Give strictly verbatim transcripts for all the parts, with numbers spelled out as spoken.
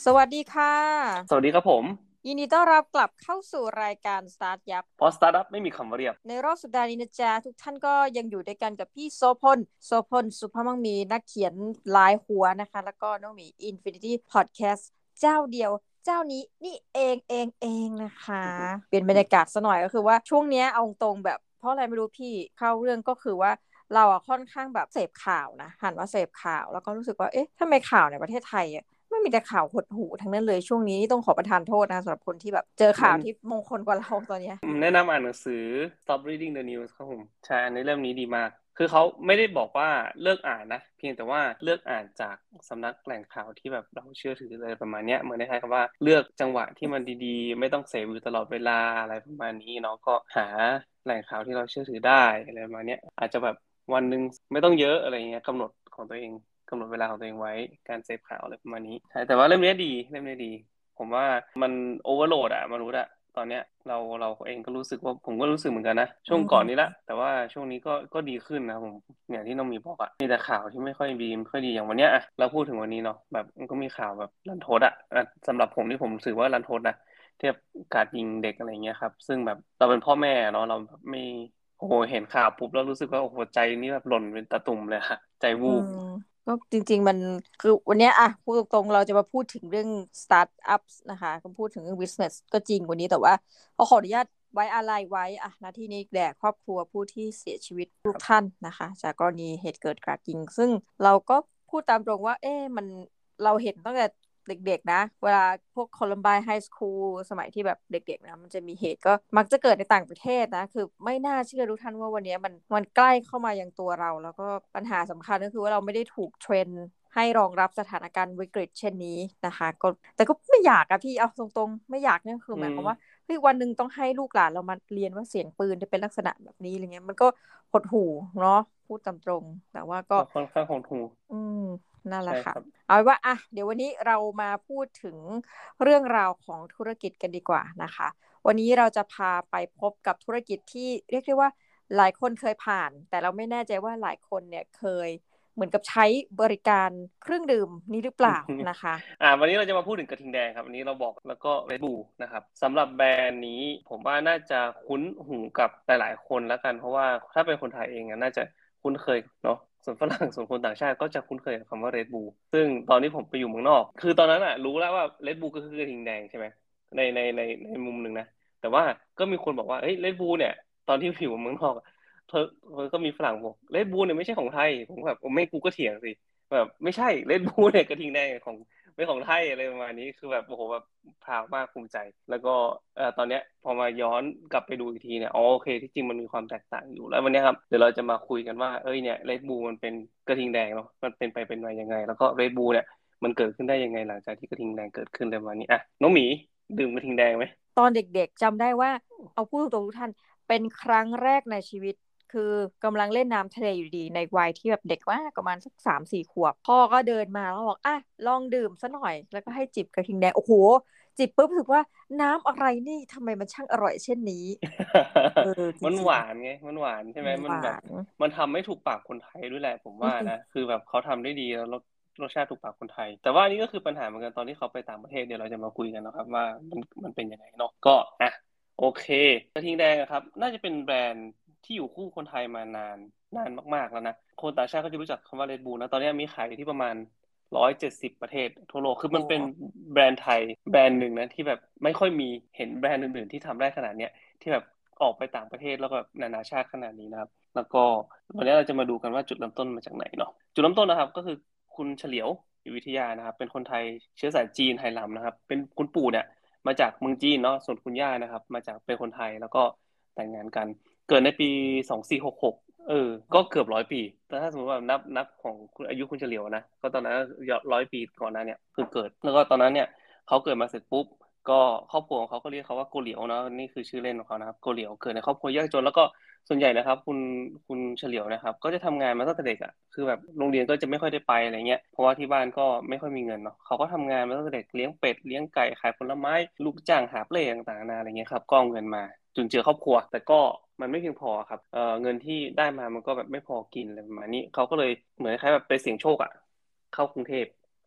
สวัสดีค่ะสวัสดีครับผมยินดีต้อนรับกลับเข้าสู่รายการ Start ยับเพราะสตาร์ทอัพไม่มีคำว่าเรียบในรอบสัปดาห์นี้นะจ๊ะทุกท่านก็ยังอยู่ด้วยกันกับพี่โสพลโสพลสุภาพมั่งมีนักเขียนหลายหัวนะคะแล้วก็น้องหมี Infinity Podcast เจ้าเดียวเจ้านี้นี่เองเองเองนะคะเปลี่ยนบรรยากาศซะหน่อยก็คือว่าช่วงเนี้ยเอาตรงๆแบบเพราะอะไรไม่รู้พี่เข้าเรื่องก็คือว่าเราอะค่อนข้างแบบเสพข่าวนะหันมาเสพข่าวแล้วก็รู้สึกว่าเอ๊ะทำไมข่าวในประเทศไทยอะ ไม่มีแต่ข่าวหดหู่ทั้งนั้นเลยช่วงนี้ต้องขอประทานโทษนะสำหรับคนที่แบบเจอข่าแนะวที่มงคลกว่าเราตอนเนี้ยแนะนำอ่านหนังสือ Stop Reading the News ครับผมใช่อันนี้เล่มนี้ดีมากคือเขาไม่ได้บอกว่าเลิกอ่านนะเพียงแต่ว่าเลือกอ่านจากสำนักแหล่งข่าวที่แบบเราเชื่อถือเลยประมาณเนี้ยเหมือนในไทยคำว่าเลือกจังหวะที่มันดีๆไม่ต้องเสพอยู่ตลอดเวลาอะไรประมาณนี้เนาะก็หาแหล่งข่าวที่เราเชื่อถือได้อะไรประมาณเนี้ยอาจจะแบบวันหนึ่งไม่ต้องเยอะอะไรเงี้ยกำหนดของตัวเองกำหนดเวลาของตัวเองไว้การเสพข่าวอะไรประมาณนี้ใช่แต่ว่าเล่มนี้ดีเล่มนี้ดี ผมว่ามันโอเวอร์โหลดอะมนุษย์อะตอนเนี้ยเราเราเองก็รู้สึกว่าผมก็รู้สึกเหมือนกันนะอืช่วงก่อนนี้ละมแต่ว่าช่วงนี้ก็ก็ดีขึ้นนะผมอย่างที่น้องมีบอกอะมีแต่ข่าวที่ไม่ค่อยดีไม่ค่อยดีอย่างวันเนี้ยอะเราพูดถึงวันนี้เนาะแบบมันก็มีข่าวแบบรันทดอะอะสำหรับผมที่ผมรู้สึกว่ารันทดนะเทียบการยิงเด็กอะไรเงี้ยครับซึ่งแบบเราเป็นพ่อแม่เนาะเราแบบไม่โอ้โหเห็นข่าวปุ๊บแล้วรู้สึกว่าโอ้โหใจนี่แบบหล่นเป็นตะตุ่มเลยฮะใจอืวูบมก็จริงๆมันคือวันเนี้ยอะพูดตรงๆเราจะมาพูดถึงเรื่องสตาร์ทอัพนะคะก็พูดถึงเรื่อง business ก็จริงวันนี้แต่ว่าก็ขออนุญาตไว้อาลัยไว้อะณที่นี้แด่ครอบครัวผู้ที่เสียชีวิตทุกท่านนะคะจากกรณีเหตุเกิดกราดยิงซึ่งเราก็พูดตามตรงว่าเอ๊ะมันเราเห็นตั้งแต่เด็กๆนะเวลาพวกโคลัมไบน์ไฮสคูลสมัยที่แบบเด็กๆนะมันจะมีเหตุก็มักจะเกิดในต่างประเทศนะคือไม่น่าเชื่อทุกท่านว่าวันนี้มันมันใกล้เข้ามายังตัวเราแล้วก็ปัญหาสำคัญก็คือว่าเราไม่ได้ถูกเทรนให้รองรับสถานการณ์วิกฤตเช่นนี้นะคะก็แต่ก็ไม่อยากอะพี่เอาตรงๆไม่อยากเนี่ยคืออืมหมายความว่าเฮ้ยวันหนึ่งต้องให้ลูกหลานเรามาเรียนว่าเสียงปืนจะเป็นลักษณะแบบนี้อะไรเงี้ยมันก็หดหู่เนาะพูดตามตรงแต่ว่าก็ก็ค่อนข้างหดหู่อืมนั่นแหละค่ะใช่ครับเอาเป็นว่าอ่ะเดี๋ยววันนี้เรามาพูดถึงเรื่องราวของธุรกิจกันดีกว่านะคะวันนี้เราจะพาไปพบกับธุรกิจที่เรียกได้ว่าหลายคนเคยผ่านแต่เราไม่แน่ใจว่าหลายคนเนี่ยเคยเหมือนกับใช้บริการเครื่องดื่มนี้หรือเปล่านะคะอ่าวันนี้เราจะมาพูดถึงกระทิงแดงครับวันนี้เราบอกแล้วก็ Red Bull นะครับสำหรับแบรนด์นี้ผมว่าน่าจะคุ้นหูกับหลายๆคนแล้วกันเพราะว่าถ้าเป็นคนไทยเองอะน่าจะคุ้นเคยเนาะส่วนฝรั่งส่วนคนต่างชาติก็จะคุ้นเคยกับคำว่า Red Bull ซึ่งตอนนี้ผมไปอยู่เมืองนอกคือตอนนั้นอะรู้แล้วว่า Red Bull ก็คือกระทิงแดงใช่ไหมในในในในมุมหนึ่งนะแต่ว่าก็มีคนบอกว่าเฮ้ย Red Bull เนี่ยตอนที่อยู่เมืองนอกเธอเธอก็มีฝรั่งบอก Red Bull เนี่ยไม่ใช่ของไทยผมแบบไม่กูก็เถียงสิ แบบไม่ใช่เลดบูลเนี่ยกระทิงแดงของเป็นของไทยอะไรประมาณนี้คือแบบโอ้โหแบบพราวมากภูมิใจแล้วก็เอ่อตอนเนี้ยพอมาย้อนกลับไปดูอีกทีเนี่ยอ๋อโอเคที่จริงมันมีความแตกต่างอยู่แล้ววันนี้ครับเดี๋ยวเราจะมาคุยกันว่าเอ้ยเนี่ยเลดบูลมันเป็นกระทิงแดงเนาะมันเป็นไปเป็นมายังไงแล้วก็เลดบูลเนี่ยมันเกิดขึ้นได้ยังไงหลังจากที่กระทิงแดงเกิดขึ้นในวันนี้อ่ะน้องหมีดื่มกระทิงแดงไหมตอนเด็กๆจำได้ว่าเอาพูดตรงๆทุกท่านเป็นครั้งแรกในชีวิตคือกำลังเล่นน้ำทะเลอยู่ดีในวัยที่แบบเด็กมากประมาณสักสามสี่ขวบพ่อก็เดินมาแล้วบอกอ่ะลองดื่มซะหน่อยแล้วก็ให้จิบกระทิงแดงโอ้โหจิบปุ๊บรู้สึกว่าน้ำอะไรนี่ทำไมมันช่างอร่อยเช่นนี้เออ จมันหริงวานไงมันหวานใช่ไหมๆหวามันแบบนมันทำไม่ถูกปากคนไทยด้วยแหละผมอืว่านะมคือแบบเขาทำได้ดีแล้วรสรสชาติถูกปากคนไทยแต่ว่านี่ก็คือปัญหาเหมือนกันตอนที่เขาไปต่างประเทศเดี๋ยวเราจะมาคุยกันนะครับว่ามันมันเป็นยังไงเนาะก็อ่ะโอเคกระทิงแดงอะครับน่าจะเป็นแบรนด์ที่อยู่คู่คนไทยมานานนานมากๆแล้วนะคนต่างชาติก็จะรู้จักคำว่า Red Bull นะตอนนี้มีขายอยู่ที่ประมาณร้อยเจ็ดสิบประเทศทั่วโลกคือโอ้มันเป็นแบรนด์ไทยแบรนด์หนึ่งนะที่แบบไม่ค่อยมีเห็นแบรนด์อื่นๆที่ทำได้ขนาดเนี้ย ที่แบบออกไปต่างประเทศแล้วก็แบบนานาชาติขนาดนี้นะครับแล้วก็วันนี้เราจะมาดูกันว่าจุดเริ่มต้นมาจากไหนเนาะจุดเริ่มต้นนะครับก็คือคุณเฉลียวอยู่วิทยานะครับเป็นคนไทยเชื้อสายจีนไหหลำนะครับเป็นคุณปู่เนี่ยมาจากเมืองจีนเนาะส่วนคุณย่านะครับมาจากเป็นคนไทยแล้วก็แต่งงานกันเกิดในปีสองสี่หกหกเออก็เกือบร้อยปีแต่ถ้าสมมติว่านับนับของคุณอายุคุณเฉลียวนะก็ตอนนั้นร้อยปีก่อนหน้าเนี่ยคือเกิดแล้วก็ตอนนั้นเนี่ยเขาเกิดมาเสร็จปุ๊บ ก็ครอบครัวของเขาก็เรียกเขาว่าโกเหลียวเนาะนี่คือชื่อเล่นของเขานะครับโกเหลียวเกิดในครอบครัวยากจนแล้วก็ส่วนใหญ่นะครับคุณคุณเฉลียวนะครับก็จะทำงานมาตั้งแต่เด็กอ่ะคือแบบโรงเรียนก็จะไม่ค่อยได้ไปอะไรเงี้ยเพราะว่าที่บ้านก็ไม่ค่อยมีเงินเนาะเขาก็ทำงานมาตั้งแต่เด็กเลี้ยงเป็ดเลี้ยงไก่ขายผลไม้ลูกจ้างหาเปลต่างๆนานาอะไรเงี้ยครับก็เอาเงินมาจุนเจือครอบครัวแต่ก็มันไม่เพียงพอครับเอ่อเงินที่ได้มามันก็แบบไม่พอกินอะไรประมาณนี้เขาก็เลยเหมือนคล้ายแบบไปเสี่ยงโชคอ่ะเข้ากรุงเทพ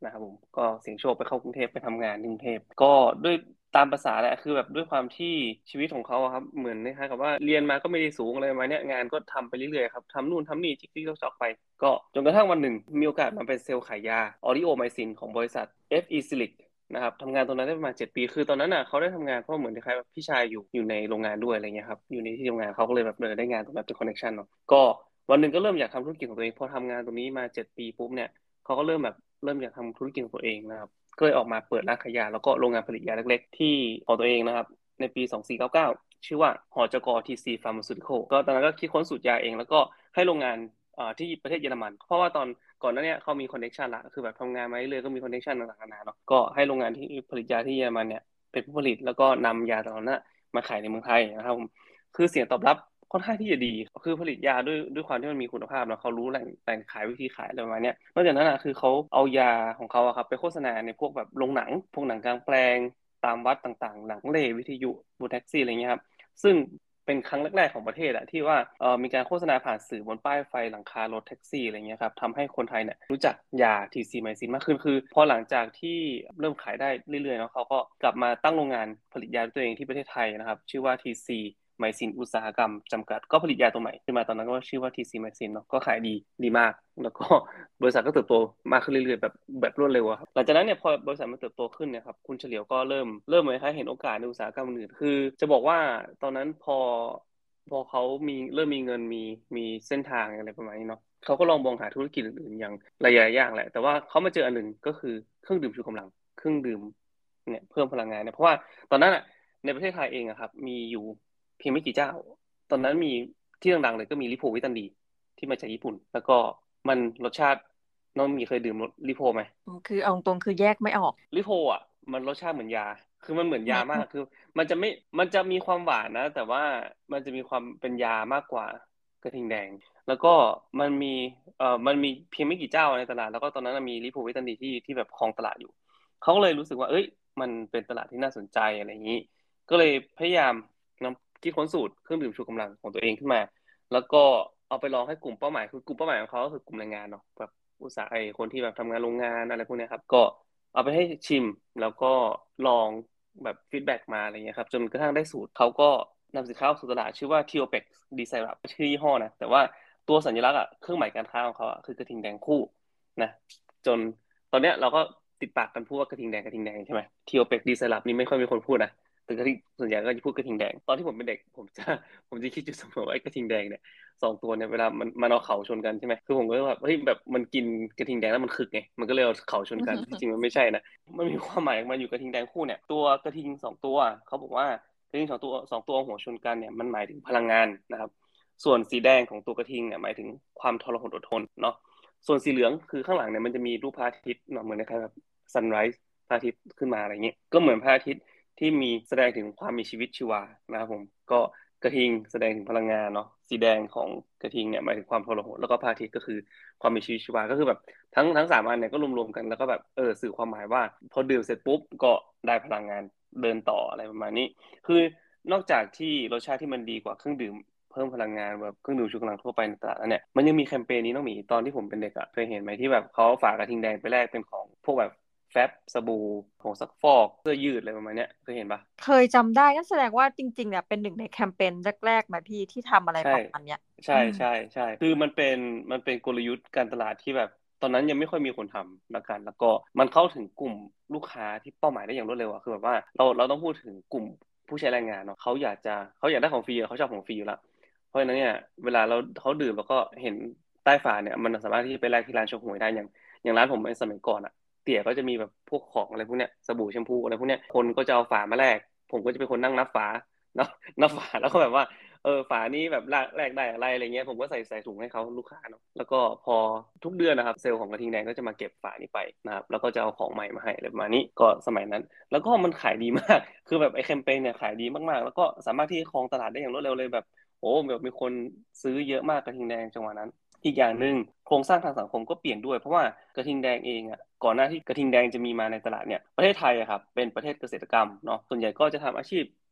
นะครับผมก็เสี่ยงโชคไปเข้ากรุงเทพไปทำงานที่กรุงเทพก็ด้วยตามภาษาแหละคือแบบด้วยความที่ชีวิตของเขาอะครับเหมือนคล้ายๆกับว่าเรียนมาก็ไม่ได้สูงอะไรมาเนี้ยงานก็ทำไปเรื่อยๆครับทำนู่นทำนี่จิ๊กจิ๊กจอกๆไปก็จนกระทั่งวันหนึ่งมีโอกาสมาเป็นเซลล์ขายยาออริโอไมซินของบริษัท เอฟ อี Silic นะครับทำงานตรงนั้นได้ประมาณเจ็ดปีคือตอนนั้นอ่ะเขาได้ทำงานเพราะเหมือนคล้ายๆแบบพี่ชายอยู่อยู่ในโรงงานด้วยอะไรเงี้ยครับอยู่ในที่ทำงานเขาก็เลยแบบเลยได้งานตรงนั้นเป็นคอนเนคชั่นเนาะก็วันหนึ่งก็เริ่มอยากทำธุรกิจของตัวเองพอทำงานตรงนี้มาเจ็ดปีปุ๊บเนี่ยเขาก็เริ่มแบบเริ่มอยากทำธุรกิจของตัวเองนะครับก็เลยออกมาเปิดร้านขายยาแล้วก็โรงงานผลิตยาเล็กๆที่ของตัวเองนะครับในปีสองพันสี่ร้อยเก้าสิบเก้าชื่อว่าหจก ที ซี Pharmaceutical ก็ตอนนั้นก็คิดค้นสูตรยาเองแล้วก็ให้โรงงานอ่าที่ประเทศเยอรมันเพราะว่าตอนก่อนหน้านี้เขามีคอนเนคชันละคือแบบทำงานมาเรื่อยๆก็มีคอนเนคชันต่างๆนานาเนาะก็ให้โรงงานที่ผลิตยาที่เยอรมันเนี่ยเป็นผู้ผลิตแล้วก็นำยาเหล่านั้นมาขายในเมืองไทยนะครับผมคือเสียงตอบรับค่อนข้างที่จะดีคือผลิตยาด้วยด้วยความที่มันมีคุณภาพเนาะเขารู้แหล่งแหล่งขายวิธีขายอะไรประมาณเนี้ยนอกจากนั้นอ่ะคือเขาเอายาของเขาอะครับไปโฆษณาในพวกแบบโรงหนังพวกหนังกลางแปลงตามวัดต่างๆหนังเล่วิทยุบูธแท็กซี่อะไรเงี้ยครับซึ่งเป็นครั้งแรกๆของประเทศอะที่ว่าเอ่อมีการโฆษณาผ่านสื่อบนป้ายไฟหลังคารถแท็กซี่อะไรเงี้ยครับทำให้คนไทยเนี่ยรู้จักยาทีซีไมซินมากขึ้นคือพอหลังจากที่เริ่มขายได้เรื่อยๆเนาะเขาก็กลับมาตั้งโรงงานผลิตยาด้วยตัวเองที่ประเทศไทยนะครับชื่อว่าทีซีไมซินอุตสาหกรรมจำกัดก็ผลิตยาตัวใหม่ขึ้นมาตอนนั้นก็ชื่อว่าทีซีไมซินเนาะก็ขายดีดีมากแล้วก็บริษัทก็เติบโตมากขึ้นเรื่อยๆแบบแบบรวดเร็วอะครับหลังจากนั้นเนี่ยพอบริษัทมันเติบโตขึ้นเนี่ยครับคุณเฉลียวก็เริ่มเริ่มเหมือนคล้ายเห็นโอกาสในอุตสาหกรรมอื่นคือจะบอกว่าตอนนั้นพอ พอเขามีเริ่มมีเงินมีมีเส้นทางอะไรประมาณนี้เนาะเขาก็ลองมองหาธุรกิจอื่นๆอย่างหลายๆอย่างแหละแต่ว่าเขามาเจออันหนึ่งก็คือเครื่องดื่มชูกำลังเครื่องดื่มเนี่ยเพิ่มพลังงานเนี่ยเพราะว่าตอนนั้นอ่ะในประเทศไทยเองอะครับมีอยู่เพียงไม่กี่เจ้าตอนนั้นมีที่ดังๆเลยก็มีลิโพวิตันดีที่มาจากญี่ปุ่นแล้วก็มันรสชาติน้องมีเคยดื่มรสลิโพไหมคือเอาตรงคือแยกไม่ออกลิโพอ่ะมันรสชาติเหมือนยาคือมันเหมือนไหยามากนคือมันจะไม่มันจะมีความหวานนะแต่ว่ามันจะมีความเป็นยามากกว่ากระทิงแดงแล้วก็มันมีเอ่อมันมีเพียงไม่กี่เจ้าในตลาดแล้วก็ตอนนั้นมีลิโพวิตันดีที่ที่แบบครองตลาดอยู่เขาก็เลยรู้สึกว่าเอ้ยมันเป็นตลาดที่น่าสนใจอะไรอย่างนี้ก็เลยพยายามนำคิดค้นสูตรเครื่องดื่มชูกำลังของตัวเองขึ้นมาแล้วก็เอาไปลองให้กลุ่มเป้าหมายคือกลุ่มเป้าหมายของเขาก็คือกลุ่มแรงงานเนาะแบบอุตสาหไอคนที่แบบทำงานโรงงานอะไรพวกเนี้ยครับก็ เอาไปให้ชิมแล้วก็ลองแบบฟีดแบ็กมาอะไรเงี้ยครับจนกระทั่งได้สูตรเขาก็นำสินค้าออกสู่ตลาดชื่อว่า Tiopex D Syrup ชื่อยี่ห้อนะแต่ว่าตัวสัญลักษณ์อ่ะเครื่องหมายการค้าของเขาอ่ะคือกระทิงแดงคู่นะจนตอนเนี้ยเราก็ติดปากกันพูดว่ากระทิงแดงกระทิงแดงใช่ไหม Tiopex D Syrup นี่ไม่ค่อยมีคนพูดนะแต่กระทิงส่วนใหญ่ก็จะพูดกระทิงแดงตอนที่ผมเป็นเด็กผมจะผมจะคิดอยู่เสมอว่าไอ้กระทิงแดงเนี่ยสองตัวเนี่ยเวลามันมันเอาเข่าชนกันใช่ไหมคือผมก็แบบเฮ้ยแบบมันกินกระทิงแดงแล้วมันคึกไงมันก็เลยเอาเข่าชนกันที่จริงมันไม่ใช่นะ มันมีความหมายมาอยู่กระทิงแดงคู่เนี่ยตัวกระทิงสองตัวเขาบอกว่ากระทิงสองตัวสองตัวหัวชนกันเนี่ยมันหมายถึงพลังงานนะครับส่วนสีแดงของตัวกระทิงเนี่ยหมายถึงความทรหดอดทนเนาะส่วนสีเหลืองคือข้างหลังเนี่ยมันจะมีรูปพระอาทิตย์เนาะเหมือนคล้ายๆแบบซันไรส์พระอาทิตย์ขึ้นมาอะไรเงี้ยก็เหมือนพระอาทิตย์ที่มีแสดงถึงความมีชีวิตชีวานะครับผมก็กระทิงแสดงถึงพลังงานเนาะสีแดงของกระทิงเนี่ยหมายถึงความทรหดแล้วก็พระอาทิตย์ก็คือความมีชีวิตชีวาก็คือแบบ ทั้งทั้งสามอันเนี่ยก็รวมๆกันแล้วก็แบบเออสื่อความหมายว่าพอดื่มเสร็จปุ๊บก็ได้พลังงานเดินต่ออะไรประมาณนี้คือนอกจากที่รสชาติที่มันดีกว่าเครื่องดื่มเพิ่มพลังงานแบบเครื่องดื่มชูกำลังทั่วไปในตลาดแล้วเนี่ยมันยังมีแคมเปญนี้น้องหมีตอนที่ผมเป็นเด็กอะเคยเห็นไหมที่แบบเขาฝากกระทิงแดงไปแลกเป็นของพวกแบบแฟบสบู่ผงซักฟอกเสื้อยืดอะไรประมาณเนี้ยเคยเห็นปะเคยจำได้นั่นแสดงว่าจริงๆเนี่ยเป็นหนึ่งในแคมเปญแรกๆไหมพี่ที่ทำอะไรใช่ประมาณเนี้ยใช่อืมใช่ใช่คือมันเป็นมันเป็นกลยุทธ์การตลาดที่แบบตอนนั้นยังไม่ค่อยมีคนทำละกันแล้วก็มันเข้าถึงกลุ่มลูกค้าที่เป้าหมายได้อย่างรวดเร็วอะคือแบบว่าเราเราต้องพูดถึงกลุ่มผู้ใช้แรงงานเนาะเขาอยากจะเขาอยากได้ของฟรีอะเขาชอบของฟรีอยู่แล้วเพราะฉะนั้นเนี่ยเวลาเราเขาดื่มแล้วก็เห็นใต้ฝาเนี่ยมันสามารถที่จะไปแลกที่ร้านโชห่วยได้อย่างอย่างร้านผมในสมัยก่อนอะเตี๋ยก็จะมีแบบพวกของอะไรพวกเนี้ยสบู่แชมพูอะไรพวกเนี้ยคนก็จะเอาฝามาแลกผมก็จะเป็นคนนั่งนับฝาเนาะนับฝาแล้วก็แบบว่า เออฝานี้แบบแลกแลกได้อะไรอะไรเงี้ยผมก็ใส่ใส่ถุงให้เขาลูกค้าเนาะแล้วก็พอทุกเดือนนะครับเซลล์ของกระทิงแดงก็จะมาเก็บฝานี้ไปนะครับแล้วก็จะเอาของใหม่มาให้อะไรประมาณนี้ก็สมัยนั้นแล้วก็มันขายดีมากคือแบบไอ้แคมเปญเนี่ยขายดีมากๆแล้วก็สามารถที่จะครองตลาดได้อย่างรวดเร็วเลยแบบโอ้แบบมีคนซื้อเยอะมากกระทิงแดงจังหวะนั้นอีกอย่างหนึ่งโครงสร้างทางสังคมก็เปลี่ยนด้วยเพราะว่ากระทิงแดงเองอ่ะก่อนหน้าที่กระทิงแดงจะมีมาในตลาดเนี่ยประเทศไทยอะครับเป็นประเทศเกษตรกรรมเนาะส่วนใหญ่ก็จะทำอาชีพ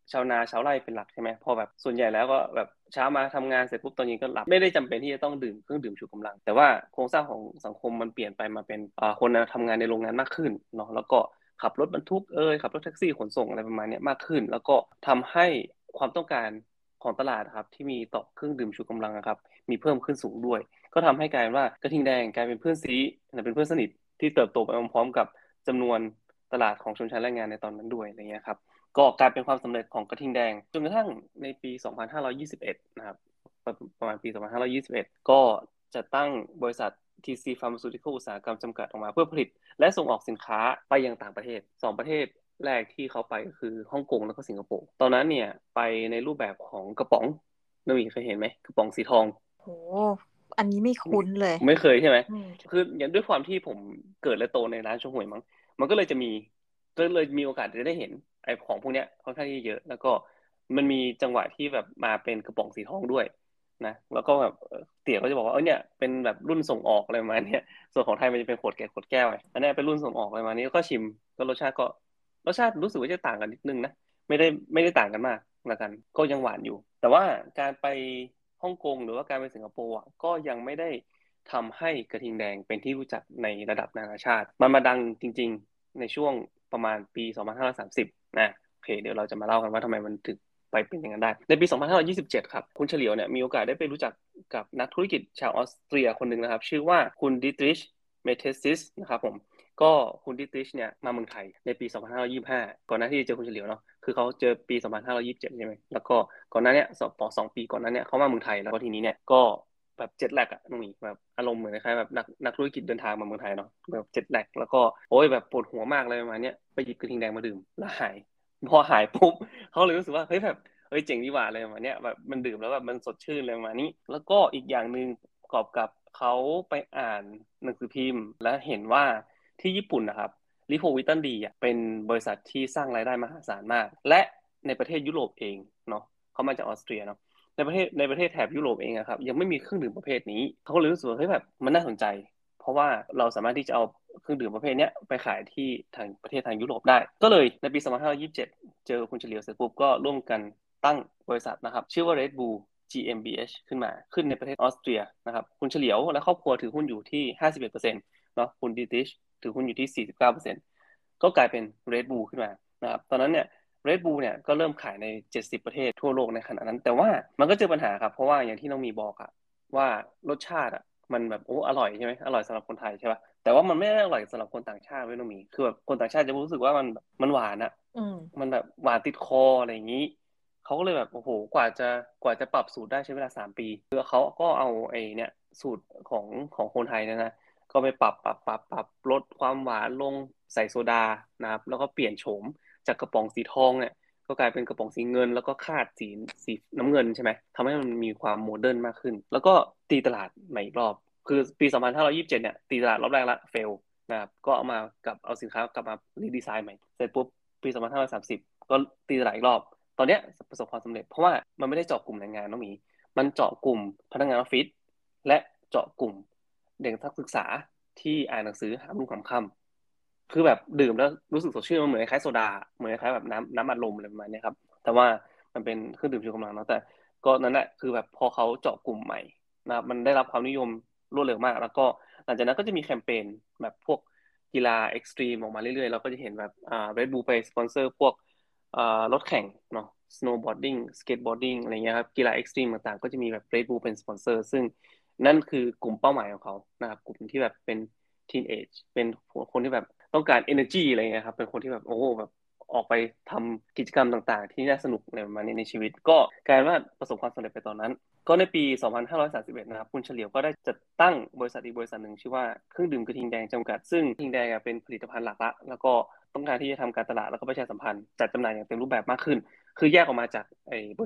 ชาวนาชาวไร่เป็นหลักใช่ไหมพอแบบส่วนใหญ่แล้วก็แบบเช้ามาทำงานเสร็จปุ๊บตอนนี้ก็หลับไม่ได้จำเป็นที่จะต้องดื่มเครื่องดื่มชูกำลังแต่ว่าโครงสร้างของสังคมมันเปลี่ยนไปมาเป็นอ่าคนทำงานในโรงงานมากขึ้นเนาะแล้วก็ขับรถบรรทุกเอ่ยขับรถแท็กซี่ขนส่งอะไรประมาณนี้มากขึ้นแล้วก็ทำให้ความต้องการของตลาดครับที่มีต่อเครื่องดื่มชูกำลังครับมีเพิ่มขึ้นสูงด้วยก็ทำให้กลายว่ากระทิงแดงกลายเป็นเพื่อนซีเป็นเพื่อนสนิทที่เติบโตไปพร้อมๆกับจำนวนตลาดของชนชั้นแรงงานในตอนนั้นด้วยอะไรเงี้ยครับก็กลายเป็นความสำเร็จของกระทิงแดงจนกระทั่งในปี สองพันห้าร้อยยี่สิบเอ็ด นะครับประมาณปี สองพันห้าร้อยยี่สิบเอ็ด ก็จะตั้งบริษัท ที ซี Pharmaceutical อุตสาหกรรมจำกัดออกมาเพื่อผลิตและส่งออกสินค้าไปยังต่างประเทศสองประเทศแรกที่เขาไปก็คือฮ่องกงแล้วก็สิงคโปร์ตอนนั้นเนี่ยไปในรูปแบบของกระป๋องน้องมีเคยเห็นไหมกระป๋องสีทองโหอันนี้ไม่คุ้นเลยไม่เคยใช่ไหมอืมคืออย่างด้วยความที่ผมเกิดและโตในร้านโชห่วยมั้งมันก็เลยจะมีก็เลยมีโอกาสจะได้เห็นไอ้ของพวกเนี้ยค่อนข้างเยอะแล้วก็มันมีจังหวะที่แบบมาเป็นกระป๋องสีทองด้วยนะแล้วก็แบบเอ่อเตี๋ยก็จะบอกว่าเออเนี่ยเป็นแบบรุ่นส่งออกอะไรประมาณเนี้ยส่วนของไทยมันจะเป็นขวดแก้วขวดแก้วไงอันเนี้ยเป็นรุ่นส่งออกอะไรประมาณนี้ก็ชิมก็รสชาติก็รสชาติรู้สึกว่าจะต่างกันนิดนึงนะไม่ได้ไม่ได้ต่างกันมากละกันก็ยังหวานอยู่แต่ว่าการไปฮ่องกงหรือว่าการไปสิงคโปร์อ่ะก็ยังไม่ได้ ทำให้กระทิงแดงเป็นที่รู้จักในระดับนานาชาติ มันมาดังจริงๆในช่วงประมาณปี สองพันห้าร้อยสามสิบ นะโอเคเดี๋ยวเราจะมาเล่ากันว่าทำไมมันถึงไปเป็นอย่างนั้นได้ ในปี สองพันห้าร้อยยี่สิบเจ็ด ครับ คุณเฉลียวเนี่ยมีโอกาสได้ไปรู้จักกับนักธุรกิจชาวออสเตรียคนหนึ่งนะครับ ชื่อว่าคุณดิทริชเมเทซิสนะครับผม ก็คุณดิทริชเนี่ยมาเมืองไทยในปี สองพันห้าร้อยยี่สิบห้า ก่อนหน้าที่จะเจอคุณเฉลียวเนาะคือเขาเจอปี สองพันห้าร้อยยี่สิบเจ็ด ใช่ไหมแล้วก็ก่อนหน้านี้สองต่อสองปีก่อนหน้านี้เขามาเมืองไทยแล้วก็ทีนี้เนี่ยก็แบบเจ็ตแลกอะน้องหมีแบบอารมณ์เหมือนคล้ายๆแบบนักนักธุรกิจเดินทางมาเมืองไทยเนาะแบบเจ็ตแลกแล้วก็โอ้ยแบบปวดหัวมากเลยประมาณเนี้ยไปหยิบกระทิงแดงมาดื่มแล้วหายพอหายปุ๊บเขาเลยรู้สึกว่าเฮ้ยแบบเฮ้ยเจ๋งดีหว่าเลยประมาณเนี้ยแบบมันดื่มแล้วแบบมันสดชื่นเลยประมาณนี้แล้วก็อีกอย่างหนึ่งประกอบกับเขาไปอ่านหนังสือพิมพ์แล้วเห็นว่าที่ญี่ปุ่นนะครับ ลิโพวิตันดีอ่ะเป็นบริษัทที่สร้างรายได้มหาศาลมากและในประเทศยุโรปเองเนาะเขามาจากออสเตรียเนาะในประเทศในประเทศแถบยุโรปเองอะครับยังไม่มีเครื่องดื่มประเภทนี้เขาก็เลยรู้สึกว่าเฮ้ยแบบมันน่าสนใจเพราะว่าเราสามารถที่จะเอาเครื่องดื่มประเภทนี้ไปขายที่ทางประเทศทางยุโรปได้ก็เลยในปี สองพันห้าร้อยยี่สิบเจ็ด เจอคุณเฉลียวเสร็จปุ๊บก็ร่วมกันตั้งบริษัทนะครับชื่อว่า Red Bull จี เอ็ม บี เอช ขึ้นมาขึ้นในประเทศออสเตรียนะครับคุณเฉลียวและครอบครัวถือหุ้นอยู่ที่ ห้าสิบเอ็ดเปอร์เซ็นต์ เนาะคุณดิติชถือหุ้นอยู่ที่ สี่สิบเก้าเปอร์เซ็นต์ ก็กลายเป็น Red Bull ขึ้นมานะครับตอนนั้นเนี่ย Red Bull เนี่ยก็เริ่มขายในเจ็ดสิบประเทศทั่วโลกในขณะนั้น แต่ว่ามันก็เจอปัญหาครับเพราะว่าอย่างที่น้องมีบอกอะว่ารสชาติอะมันแบบโอ้อร่อยใช่ไหมอร่อยสำหรับคนไทยใช่ป่ะแต่ว่ามันไม่ได้อร่อยสำหรับคนต่างชาติเว้ยน้องมีคือแบบคนต่างชาติจะรู้สึกว่ามันมันหวานอะอืมมันแบบหวานติดคออะไรอย่างนี้เขาก็เลยแบบโอ้โหกว่าจะกว่าจะปรับสูตรได้ใช้เวลาสามปีคือเขาก็เอาไอ้เนี่ยสูตรของของคนไทยเนี่ยนะ ก็ไปปรับปรับปรับปรับลดความหวานลงใส่โซดานะครับแล้วก็เปลี่ยนโฉมจากกระป๋องสีทองเนี่ยก็กลายเป็นกระป๋องสีเงินแล้วก็คาดสีสีน้ำเงินใช่ไหมทำให้มันมีความโมเดิร์นมากขึ้นแล้วก็ตีตลาดใหม่อีกรอบคือปีสองพันห้าร้อยยี่สิบเจ็ดเนี่ยตีตลาดรอบแรกละเฟลนะครับก็เอามากับเอาสินค้ากลับมารีดีไซน์ใหม่เสร็จปุ๊บปีสองพันห้าร้อยสามสิบก็ตีตลาดอีกรอบตอนเนี้ยประสบความสำเร็จเพราะว่ามันไม่ได้เจาะกลุ่มแรงงานน้องหมีมันเจาะกลุ่มพนักงานออฟฟิศและเจาะกลุ่มเด็กนักศึกษา ที่อ่านหนังสือหามรุ่งหามค่ำคือแบบดื่มแล้วรู้สึกสดชื่นมันเหมือนคล้ายโซดาเหมือนคล้ายแบบน้ำน้ำอัดลมอะไรประมาณนี้ครับแต่ว่ามันเป็นเครื่องดื่มชูกำลังเนาะแต่ก็นั่นแหละคือแบบพอเขาเจาะกลุ่มใหม่นะครับมันได้รับความนิยมรวดเร็วมากแล้วก็หลังจากนั้นก็จะมีแคมเปญแบบพวกกีฬาเอ็กซ์ตรีมออกมาเรื่อยๆเราก็จะเห็นแบบอ่า Red Bull ไปสปอนเซอร์พวกอ่ารถแข่งเนาะ snowboarding skateboarding อะไรเงี้ยครับกีฬาเอ็กซ์ตรีมต่างๆก็จะมีแบบ Red Bull เป็นสปอนเซอร์ซึ่งนั่นคือกลุ่มเป้าหมายของเขานะครับกลุ่มที่แบบเป็น ทีนเอจเป็นคนที่แบบต้องการ energy อะไรเงี้ยครับเป็นคนที่แบบโอ้แบบออกไปทำกิจกรรมต่างๆที่น่าสนุกอะไรประมาณนี้ในชีวิตก็กลายว่าประสบความสำเร็จไปตอนนั้นก็ในปีสองพันห้าร้อยสามสิบเอ็ดนะครับคุณเฉลียวก็ได้จัดตั้งบริษัทอีกบริษัทหนึ่งชื่อว่าเครื่องดื่มกระทิงแดงจำกัดซึ่งกระทิงแดงเป็นผลิตภัณฑ์หลักละแล้วก็ต้องการที่จะทำการตลาดแล้วก็ประชาสัมพันธ์จัดจำหน่ายอย่างเต็มรูปแบบมากขึ้นคือแยกออกมาจากไอ้บริษัท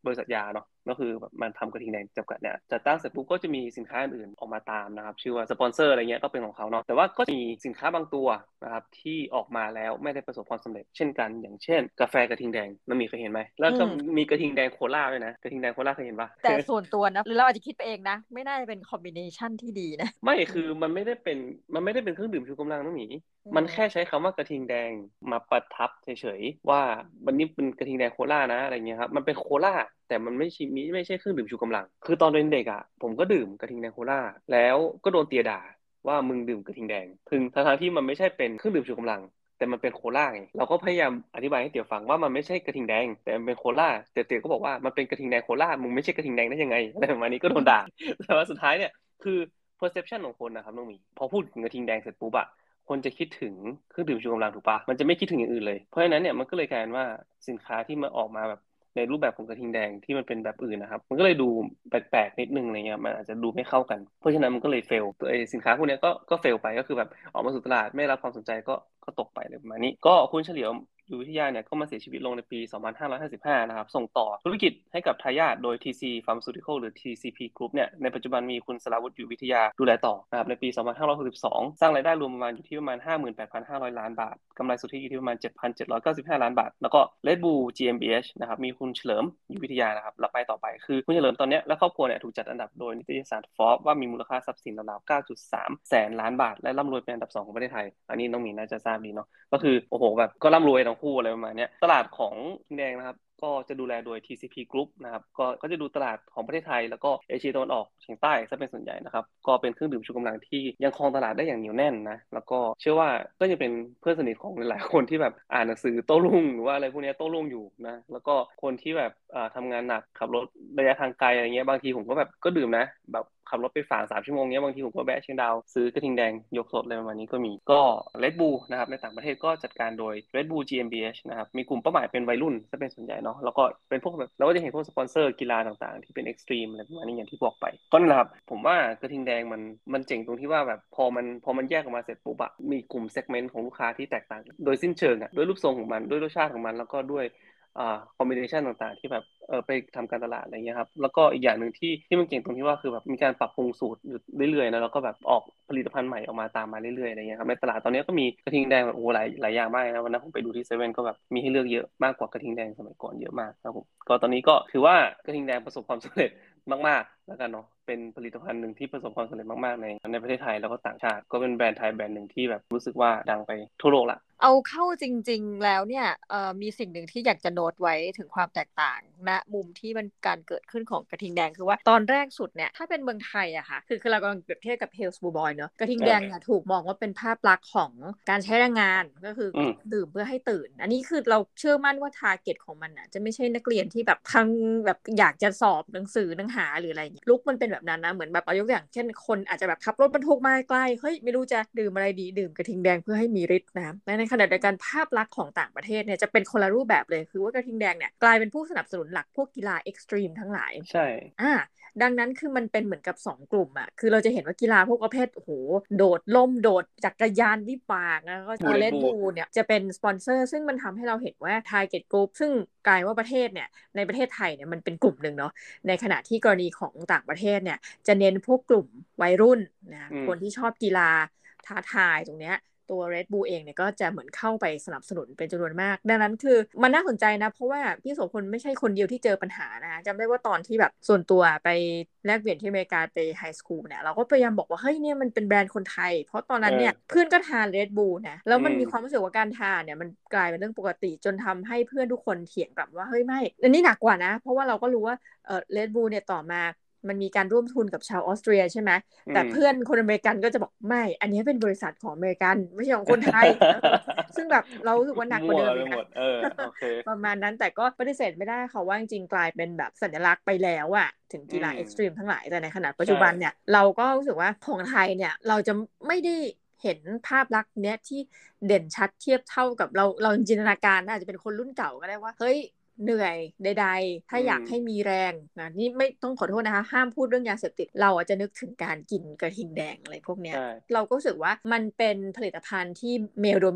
บริษัทยาเนาะก็คือแบบมันทำกระทิงแดงจำกัดเนี่ยจัดตั้งเสร็จปุ๊บก็จะมีสินค้าอื่นออกมาตามนะครับชื่อว่าสปอนเซอร์อะไรเงี้ยก็เป็นของเขาเนาะแต่ว่าก็มีสินค้าบางตัวนะครับที่ออกมาแล้วไม่ได้ประสบความสำเร็จเช่นกันอย่างเช่นกาแฟกระทิงแดงน้องมีเคยเห็นไหมแล้วก็มีกระทิงแดงโคลาด้วยนะกระทิงแดงโคลาเคยเห็นปะแต่ส่วนตัวนะหรือเราอาจจะคิดไปเองนะไม่น่าจะเป็นคอมบิเนชันที่ดีนะไม่คือมันไม่ได้เป็นมันไม่ได้เป็นเครื่องดื่มชูกำลังน้องหมีมันแค่ใช้คำว่ากระทิงแดงมาประทับเฉยๆว่าวันนี้เป็นกระทิงแดงโคลานะอะไรเงี้ยครับมันเป็นโคลาแต่มันไม่ใช่ไม่ใช่เครื่องดื่มชูกำลังคือตอนเป็นเด็กอ่ะผมก็ดื่มกระทิงแดงโคลาแล้วก็โดนเตียด่าว่ามึงดื่มกระทิงแดงถึงทั้งที่มันไม่ใช่เป็นเครื่องดื่มชูกำลังแต่มันเป็นโคลาไงเราก็พยายามอธิบายให้เตี๋ยวฟังว่ามันไม่ใช่กระทิงแดงแต่มันเป็นโคลาแต่เตี๋ยวก็บอกว่ามันเป็นกระทิงแดงโคลามึงไม่ใช่กระทิงแดงได้ยังไงอะไรประมาณนี้ก็โดนด่าแต่ว่าสุดท้ายเนี่ยคือ perception ของคนนะครับน้องหมีพอพูดถึงกระทิงแดงเสร็จปุ๊บอะคนจะคิดถึงเครื่องดื่มชูกำลังถูกปะมันจะไม่คิดถึงอย่างอื่นเลยเพราะฉะนั้นเนี่ยมันก็เลยกลายเป็นว่าสินค้าที่มาออกมาแบบในรูปแบบของกระทิงแดงที่มันเป็นแบบอื่นนะครับมันก็เลยดูแปลกๆนิดนึงอะไรเงี้ยมันอาจจะดูไม่เข้ากันเพราะฉะนั้นมันก็เลยเฟลตัวไอ้สินค้าพวกนี้ก็ก็เฟลไปก็คือแบบออกมาสู่ตลาดไม่รับความสนใจก็ก็ตกไปเลยประมาณนี้ก็คุณเฉลียวอยู่วิทยาเนี่ยก็มาเสียชีวิตลงในปีสองพันห้าร้อยห้าสิบห้านะครับส่งต่อธุรกิจให้กับทายาทโดย ที ซี Pharmaceutical หรือ ที ซี พี Group เนี่ยในปัจจุบันมีคุณสราวุฒิอยู่วิทยาดูแลต่อนะครับในปีสองพันห้าร้อยหกสิบสองสร้างรายได้รวมประมาณอยู่ที่ประมาณ ห้าหมื่นแปดพันห้าร้อย ล้านบาทกำไรสุทธิอยู่ที่ประมาณ เจ็ดพันเจ็ดร้อยเก้าสิบห้า ล้านบาทแล้วก็ Red Bull จี เอ็ม บี เอช นะครับมีคุณเฉลิมอยู่วิทยานะครับรับไปต่อไปคือคุณเฉลิมตอนนี้และครอบครัวเนี่ยถูกจัดอันดับโดยนิตยสาร Forbes ว่ามีมูลค่าทรัพย์สินราวๆ เก้าจุดสาม แสนล้านบาทและร่ำรวยเป็นอันดับสองของประเทศไทยอันนี้น้องหมีน่าจะทราบดีเนาะก็คือโอ้โหแบบก็ร่ำรวยทั้งคู่อะไรประมาณนี้ตลาดของแดงนะครับก็จะดูแลโดย ที ซี พี Group นะครับก็ก็จะดูตลาดของประเทศไทยแล้วก็เอเชียตะวันออกเฉียงใต้ซะเป็นส่วนใหญ่นะครับก็เป็นเครื่องดื่มชูกำลังที่ยังครองตลาดได้อย่างเหนียวแน่นนะแล้วก็เชื่อว่าก็จะเป็นเพื่อนสนิทของหลายๆคนที่แบบอ่านหนังสือโต้รุ่งหรือว่าอะไรพวกนี้โต้รุ่งอยู่นะแล้วก็คนที่แบบอ่าทำงานหนักขับรถระยะทางไกลอะไรเงี้ยบางทีผมก็แบบก็ดื่มนะแบบขับรถไปฝ่าสามชั่วโมงเนี้ยบางทีผมก็แวะเชียงดาวซื้อกระทิงแดงยกสดอะไรประมาณนี้ก็มีก็ Red Bull นะครับในต่างประเทศก็จัดการโดย Red Bull จี เอ็ม บี เอช นะครับมีกลุ่มเป้าหมายเป็นวัยรุ่นซะเป็นส่วนใหญ่เนาะแล้วก็เป็นพวกแบบเราก็จะเห็นพวกสปอนเซอร์กีฬาต่างๆที่เป็นเอ็กซ์ตรีมอะไรประมาณนี้อย่างที่บอกไปก็นั่นแหละครับผมว่ากระทิงแดงมันมันเจ๋งตรงที่ว่าแบบพอมันพอมันแยกออกมาเสร็จปุ๊บอะมีกลุ่มเซกเมนต์ของลูกค้าที่แตกต่างโดยสิ้นเชิงอะด้วยรูปทรงของมันด้วยรสชาติของมันแล้วก็ด้วยอ่าคอมบิเนชันต่างๆที่แบบเออไปทำการตลาดอะไรเงี้ยครับแล้วก็อีกอย่างหนึ่งที่ที่มันเก่งตรงที่ว่าคือแบบมีการปรับปรุงสูตรอยู่เรื่อยๆนะแล้วก็แบบออกผลิตภัณฑ์ใหม่ออกมาตามมาเรื่อยๆอะไรเงี้ยครับในตลาดตอนนี้ก็มีกระทิงแดงแบบโอ้หลายหลายอย่างมากนะวันนั้นผมไปดูที่เซเว่นก็แบบมีให้เลือกเยอะมากกว่ากระทิงแดงสมัยก่อนเยอะมากครับผมก็ตอนนี้ก็ถือว่ากระทิงแดงประสบความสำเร็จมากๆแล้วกันเนาะเป็นผลิตภัณฑ์หนึ่งที่ประสบความสำเร็จมากๆในในประเทศไทยแล้วก็ต่างชาติก็เป็นแบรนด์ไทยแบรนด์หนึ่งที่แบบรู้สึกว่าดังไปทั่วโลกละเอาเข้าจริงๆแล้วเนี่ยเอ่อมีสิ่งหนึ่งที่อยากจะโน้ตไว้ถึงความแตกต่างณมุมที่มันการเกิดขึ้นของกระทิงแดงคือว่าตอนแรกสุดเนี่ยถ้าเป็นเมืองไทยอะค่ะคือคือเรากำลังเปรียบเทียบกับ Hell's Blue Boy เนอะกระทิงแดงเนี่ยถูกมองว่าเป็นภาพลักษณ์ของการใช้แรงงานก็คือดื่มเพื่อให้ตื่นอันนี้คือเราเชื่อมั่นว่าทาร์เก็ตของมันอะจะไม่ใช่นักเรียนที่แบบทั้งแบบอยากจะสอบหนังสือหนังหาหรืออะไรอย่างเงี้ยลุกมันเป็นแบบนั้นนะเหมือนแบบเอายกตัวอย่างเช่นคนอาจจะแบบขับรถบรรทุกมาไกลเฮ้ยไม่รู้จะดื่มอะไรดีดื่มกระทิงแดงเพื่อให้มีฤทธิ์นะและในขณะเดียวกันภาพลักษณ์ของต่างประเทศเนี่ยจะเป็นคนละรูปแบบเลยคือว่ากระทิงแดงเนี่ยกลายเป็นผู้สนับสนุนหลักพวกกีฬาเอ็กซ์ตรีมทั้งหลายใช่อ่าดังนั้นคือมันเป็นเหมือนกับสองกลุ่มอ่ะคือเราจะเห็นว่ากีฬาพวกประเภทโอ้โหโดดล่มโดดจักรยานวิบากแล้วก็เลดบูลเนี่ยจะเป็นสปอนเซอร์ซึ่งมันทำให้เราเห็นว่า target group ซึ่งกลายว่าประเทศเนี่ยในประเทศไทยเนี่ยมันเป็นกลุ่มหนึ่งเนาะในขณะที่กรณีของต่างประเทศเนี่ยจะเน้นพวกกลุ่มวัยรุ่นนะคนที่ชอบกีฬาท้าทายตรงเนี้ยตัว Red Bull เองเนี่ยก็จะเหมือนเข้าไปสนับสนุนเป็นจำนวนมากดังนั้นคือมันน่าสนใจนะเพราะว่าพี่โสพลไม่ใช่คนเดียวที่เจอปัญหานะจำได้ว่าตอนที่แบบส่วนตัวไปแลกเปลี่ยนที่อเมริกาไปไฮสคูลเนี่ยเราก็พยายามบอกว่าเฮ้ยเนี่ยมันเป็นแบรนด์คนไทยเพราะตอนนั้นเนี่ยเพื่อนก็ทาน Red Bull นะแล้วมันมีความรู้สึกว่าการทานเนี่ยมันกลายเป็นเรื่องปกติจนทำให้เพื่อนทุกคนเถียงกลับว่าเฮ้ยไม่อันนี้หนักกว่านะเพราะว่าเราก็รู้ว่าเอ่อ Red Bull เนี่ยต่อมามันมีการร่วมทุนกับชาวออสเตรียใช่ไหมแต่เพื่อนคนอเมริกันก็จะบอกไม่อันนี้เป็นบริษัทของอเมริกันไม่ใช่ของคนไทย ซึ่งแบบเรารู้สึกว่าหนักกว่าเดิมอีกนะประมาณนั้นแต่ก็ปฏิเสธไม่ได้ค่ะว่าจริงๆกลายเป็นแบบสัญลักษณ์ไปแล้วอะถึงกีฬาเอ็กซ์ตรีมทั้งหลายแต่ในขณะปัจจุบันเนี่ยเราก็รู้สึกว่าของไทยเนี่ยเราจะไม่ได้เห็นภาพลักษณ์เนี้ยที่เด่นชัดเทียบเท่ากับเราเราจินตนาการอาจจะเป็นคนรุ่นเก่าก็ได้ว่าเฮ้ยเหนื่อยใดๆถ้าอยากให้มีแรงนะนี่ไม่ต้องขอโทษนะคะห้ามพูดเรื่องยาเสพติดเราอาจจะนึกถึงการกินกระทิงแดงอะไรพวกเนี้ยเราก็รู้สึกว่ามันเป็นผลิตภัณฑ์ที่เมลโดมิเนต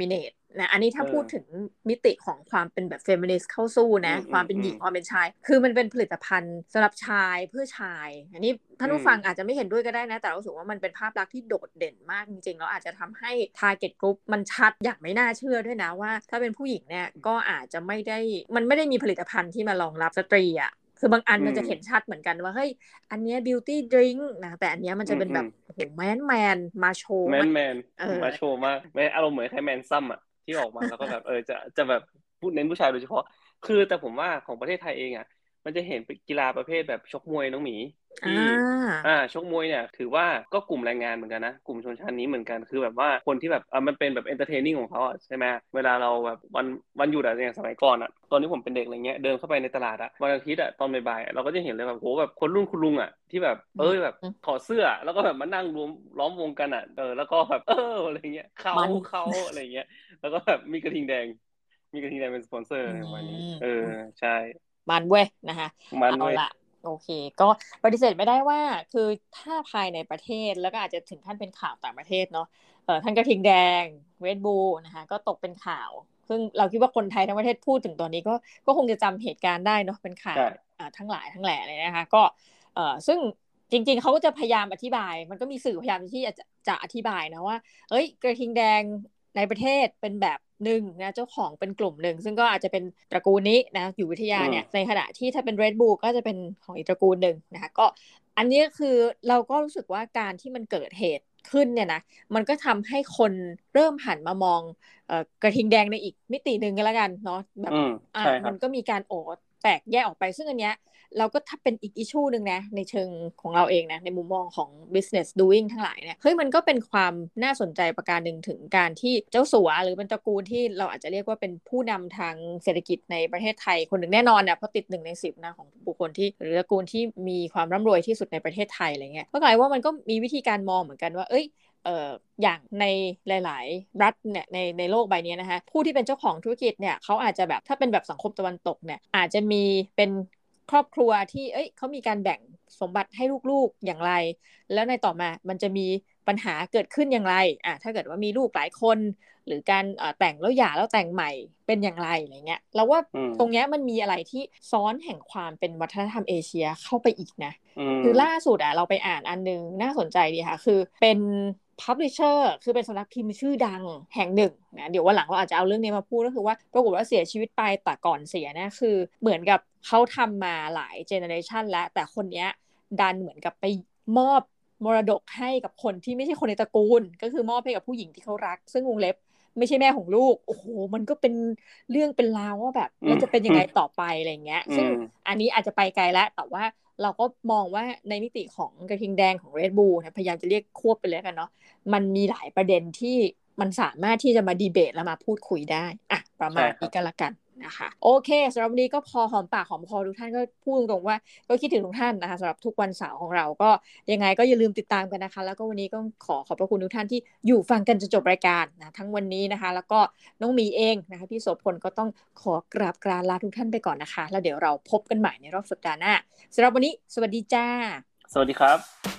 นะอันนี้ถ้าพูดถึงมิติของความเป็นแบบเฟมินิสต์เข้าสู้นะความเป็นหญิงความเป็นชายคือมันเป็นผลิตภัณฑ์สำหรับชายเพื่อชายอันนี้ท่านผู้ฟังอาจจะไม่เห็นด้วยก็ได้นะแต่รู้สึกว่ามันเป็นภาพลักษณ์ที่โดดเด่นมากจริงๆแล้วอาจจะทำให้ target group มันชัดอย่างไม่น่าเชื่อด้วยนะว่าถ้าเป็นผู้หญิงเนี่ยก็อาจจะไม่ได้มันไม่ได้มีผลิตภัณฑ์ที่มารองรับสตรีอ่ะคือบางอันมันจะเห็นชัดเหมือนกันว่าเฮ้ยอันนี้ beauty drink นะแต่อันนี้มันจะเป็นแบบโอ้โหแมนแมนมาโชว์แมนแมนมาโชว์มากไม่อารมณ์เหมือนใครแมนซัมอ่ะที่ออกมาแล้วก็แบบเออจะจะแบบพูดเน้นผู้ชายโดยเฉพาะคือแต่ผมว่าของประเทศไทยเองอ่ะมันจะเห็นกีฬาประเภทแบบชกมวยน้องหมีที่อ่าชกมวยเนี่ยถือว่าก็กลุ่มแรงงานเหมือนกันนะกลุ่มชนชั้นนี้เหมือนกันคือแบบว่าคนที่แบบอ่ามันเป็นแบบเอนเตอร์เทนนิ่งของเขาอ่ะใช่ไหมเวลาเราแบบวันวันหยุดอะอย่างสมัยก่อนอ่ะตอนนี้ผมเป็นเด็กอะไรเงี้ยเดินเข้าไปในตลาดอ่ะวันอาทิตย์อ่ะตอนบ่ายๆเราก็จะเห็นเลยแบบโหแบบคนรุ่นคุณลุงอ่ะที่แบบเอ้ยแบบถอดเสื้อแล้วก็แบบมานั่งรวมล้อมวงกันอ่ะเออแล้วก็แบบเอออะไรเงี้ยเขาเขาอะไรเงี้ยแล้วก็แบบมีกระทิงแดงมีกระทิงแดงเป็นสปอนเซอร์ในวันนี้เออใช่มันเว้ยนะคะมันเว้ยเอาละโอเคก็ปฏิเสธไม่ได้ว่าคือถ้าภายในประเทศแล้วก็อาจจะถึงขั้นเป็นข่าวต่างประเทศเนาะเออท่านกระทิงแดงเรดบูลนะคะก็ตกเป็นข่าวซึ่งเราคิดว่าคนไทยทั้งประเทศพูดถึงตอนนี้ก็ก็คงจะจำเหตุการณ์ได้เนาะเป็นข่าวอ่าทั้งหลายทั้งแหล่เลยนะคะก็เออซึ่งจริงๆเขาก็จะพยายามอธิบายมันก็มีสื่อพยายามที่จะจะอธิบายนะว่าเอ้ยกระทิงแดงในประเทศเป็นแบบหนึ่งนะเจ้าของเป็นกลุ่มหนึ่งซึ่งก็อาจจะเป็นตระกูลนี้นะอยู่วิทยาเนี่ยในขณะที่ถ้าเป็น Red Bull ก็จะเป็นของอีกตระกูลหนึ่งนะคะก็อันนี้คือเราก็รู้สึกว่าการที่มันเกิดเหตุขึ้นเนี่ยนะมันก็ทำให้คนเริ่มหันมามองเอ่อกระทิงแดงในอีกมิติหนึ่งก็แล้วกันเนาะแบบอ่ะมันก็มีการโอ้แตกแยกออกไปซึ่งอันเนี้ยเราก็ถ้าเป็นอีกอิชชูนึงนะในเชิงของเราเองนะในมุมมองของ business doing ทั้งหลายเนี่ยเฮ้ยมันก็เป็นความน่าสนใจประการหนึ่งถึงการที่เจ้าสัวหรือเป็นตระกูลที่เราอาจจะเรียกว่าเป็นผู้นำทางเศรษฐกิจในประเทศไทยคนหนึ่งแน่นอนนะเพราะติดหนึ่งในสิบนะของบุคคลที่หรือตระกูลที่มีความร่ำรวยที่สุดในประเทศไทยอะไรเงี้ยก็กลายว่ามันก็มีวิธีการมองเหมือนกันว่าเอ้ยเอ่ออย่างในหลายๆรัฐเนี่ยในในโลกใบนี้นะคะผู้ที่เป็นเจ้าของธุรกิจเนี่ยเขาอาจจะแบบถ้าเป็นแบบสังคมตะวันตกเนี่ยอาจจะมีเป็นครอบครัวที่เอ้ยเขามีการแบ่งสมบัติให้ลูกๆอย่างไรแล้วในต่อมามันจะมีปัญหาเกิดขึ้นอย่างไรอ่ะถ้าเกิดว่ามีลูกหลายคนหรือการแต่งแล้วหย่าแล้วแต่งใหม่เป็นอย่างไรอะไรเงี้ยเราว่าตรงเนี้ยมันมีอะไรที่ซ้อนแห่งความเป็นวัฒนธรรมเอเชียเข้าไปอีกนะคือล่าสุดอ่ะเราไปอ่านอันนึงน่าสนใจดีค่ะคือเป็นpublisher คือเป็นสำนักพิมพ์ชื่อดังแห่งหนึ่งนะเดี๋ยววันหลังเราอาจจะเอาเรื่องนี้มาพูดก็คือว่าปรากฏว่าเสียชีวิตไปแต่ก่อนเสียนะคือเหมือนกับเขาทำมาหลายเจเนอเรชันแล้วแต่คนเนี้ยดันเหมือนกับไปมอบมรดกให้กับคนที่ไม่ใช่คนในตระกูลก็คือมอบให้กับผู้หญิงที่เขารักซึ่งวงเล็บไม่ใช่แม่ของลูกโอ้โหมันก็เป็นเรื่องเป็นราวว่าแบบแล้วจะเป็นยังไงต่อไปอะไรเงี้ยซึ่งอันนี้อาจจะไปไกลแล้วแต่ว่าเราก็มองว่าในมิติของกระทิงแดงของ Red Bull นะพยายามจะเรียกควบไปเลยกันเนาะมันมีหลายประเด็นที่มันสามารถที่จะมาดีเบตแล้วมาพูดคุยได้อ่ะประมาณนี้ก็แล้วกันนะคะโอเคสำหรับวันนี้ก็พอหอมปากหอมคอทุกท่านก็พูดตรงๆว่าก็คิดถึงทุกท่านนะคะสำหรับทุกวันเสาร์ของเราก็ยังไงก็อย่าลืมติดตามกันนะคะแล้วก็วันนี้ก็ขอขอบพระคุณทุกท่านที่อยู่ฟังกันจนจบรายการนะทั้งวันนี้นะคะแล้วก็น้องมีเองนะคะพี่โสพลก็ต้องขอกราบกราบลาทุกท่านไปก่อนนะคะแล้วเดี๋ยวเราพบกันใหม่ในรอบสัปดาห์หน้าสำหรับวันนี้สวัสดีจ้าสวัสดีครับ